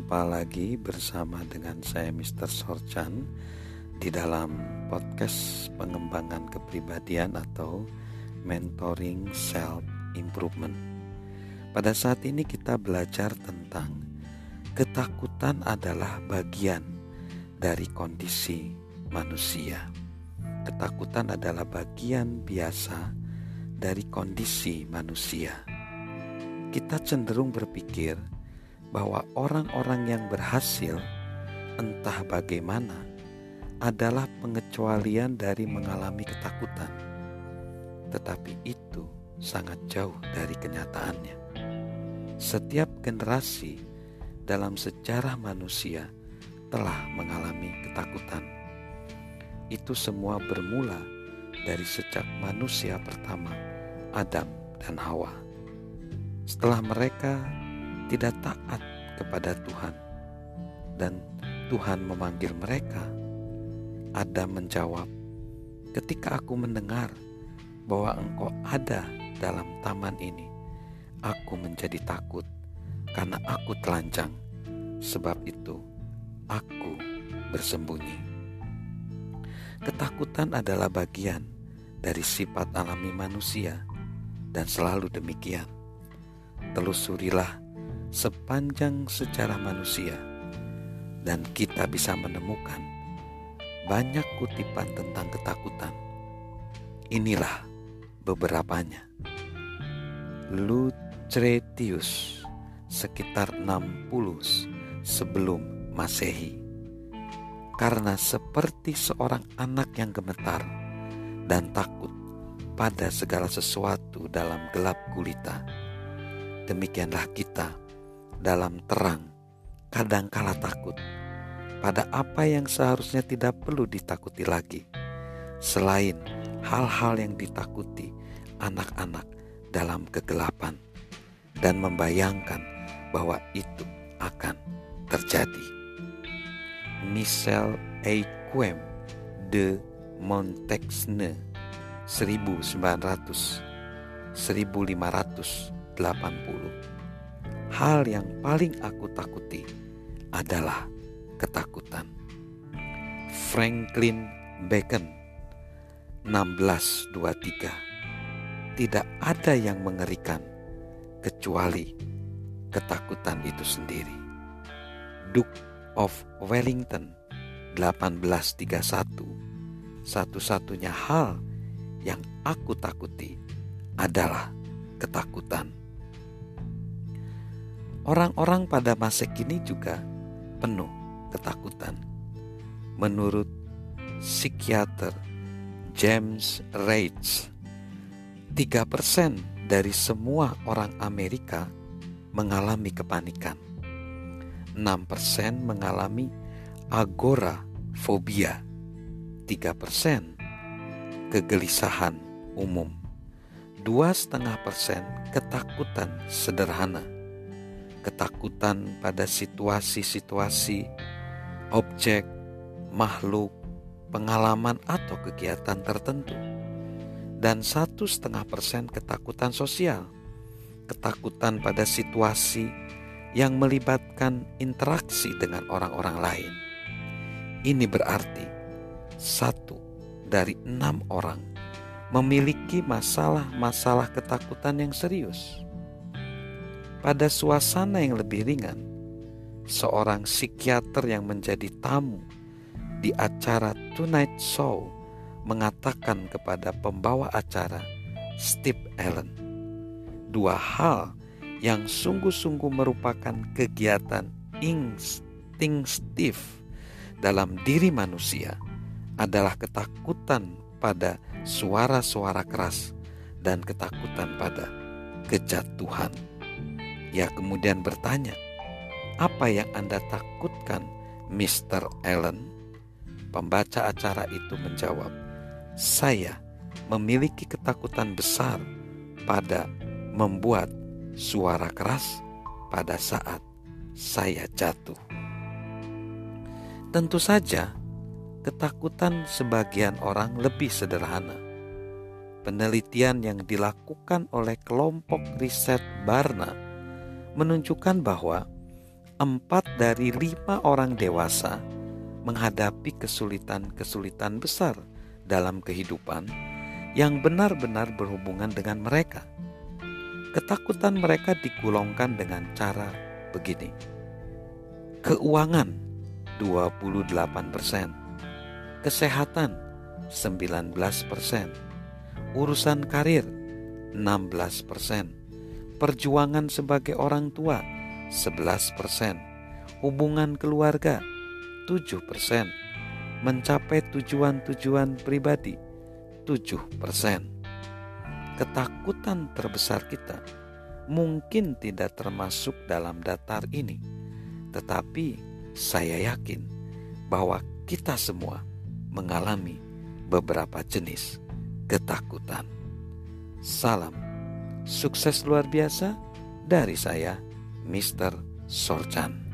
Jumpa lagi bersama dengan saya Mr. Sorchan di dalam podcast pengembangan kepribadian atau mentoring self improvement. Pada saat ini kita belajar tentang ketakutan adalah bagian dari kondisi manusia. Ketakutan adalah bagian biasa dari kondisi manusia. Kita cenderung berpikir bahwa orang-orang yang berhasil, entah bagaimana, adalah pengecualian dari mengalami ketakutan. Tetapi itu sangat jauh dari kenyataannya. Setiap generasi dalam sejarah manusia telah mengalami ketakutan. Itu semua bermula dari sejak manusia pertama, Adam dan Hawa. Setelah mereka tidak taat kepada Tuhan dan Tuhan memanggil mereka, Adam menjawab, "Ketika aku mendengar bahwa engkau ada dalam taman ini, aku menjadi takut karena aku telanjang. Sebab itu aku bersembunyi." Ketakutan adalah bagian dari sifat alami manusia dan selalu demikian. Telusurilah sepanjang sejarah manusia dan kita bisa menemukan banyak kutipan tentang ketakutan. Inilah beberapanya. Lucretius sekitar 60 sebelum Masehi. Karena seperti seorang anak yang gemetar dan takut pada segala sesuatu dalam gelap gulita, demikianlah kita dalam terang kadangkala takut pada apa yang seharusnya tidak perlu ditakuti lagi, selain hal-hal yang ditakuti anak-anak dalam kegelapan dan membayangkan bahwa itu akan terjadi. Michel Ayquem de Montaigne 1580. Hal yang paling aku takuti adalah ketakutan. Franklin Bacon 1623. Tidak ada yang mengerikan kecuali ketakutan itu sendiri. Duke of Wellington 1831. Satu-satunya hal yang aku takuti adalah ketakutan. Orang-orang pada masa kini juga penuh ketakutan. Menurut psikiater James Reitz, 3% dari semua orang Amerika mengalami kepanikan. 6% mengalami agorafobia. 3% kegelisahan umum. 2,5% ketakutan sederhana. Ketakutan pada situasi-situasi, objek, makhluk, pengalaman atau kegiatan tertentu. Dan 1,5% ketakutan sosial. Ketakutan pada situasi yang melibatkan interaksi dengan orang-orang lain. Ini berarti 1 dari 6 orang memiliki masalah ketakutan yang serius. Pada suasana yang lebih ringan, seorang psikiater yang menjadi tamu di acara Tonight Show mengatakan kepada pembawa acara, Steve Allen, 2 hal yang sungguh-sungguh merupakan kegiatan instinktif dalam diri manusia adalah ketakutan pada suara-suara keras dan ketakutan pada kejatuhan. Ia kemudian bertanya, "Apa yang Anda takutkan, Mr. Allen?" Pembaca acara itu menjawab, "Saya memiliki ketakutan besar pada membuat suara keras pada saat saya jatuh." Tentu saja, ketakutan sebagian orang lebih sederhana. Penelitian yang dilakukan oleh kelompok riset Barna menunjukkan bahwa 4 dari 5 orang dewasa menghadapi kesulitan-kesulitan besar dalam kehidupan yang benar-benar berhubungan dengan mereka. Ketakutan mereka digolongkan dengan cara begini. Keuangan 28%, kesehatan 19%, urusan karir 16%, perjuangan sebagai orang tua 11%, hubungan keluarga 7%, mencapai tujuan-tujuan pribadi 7%. Ketakutan terbesar kita mungkin tidak termasuk dalam daftar ini, tetapi saya yakin bahwa kita semua mengalami beberapa jenis ketakutan. Salam sukses luar biasa dari saya, Mr. Sorchan.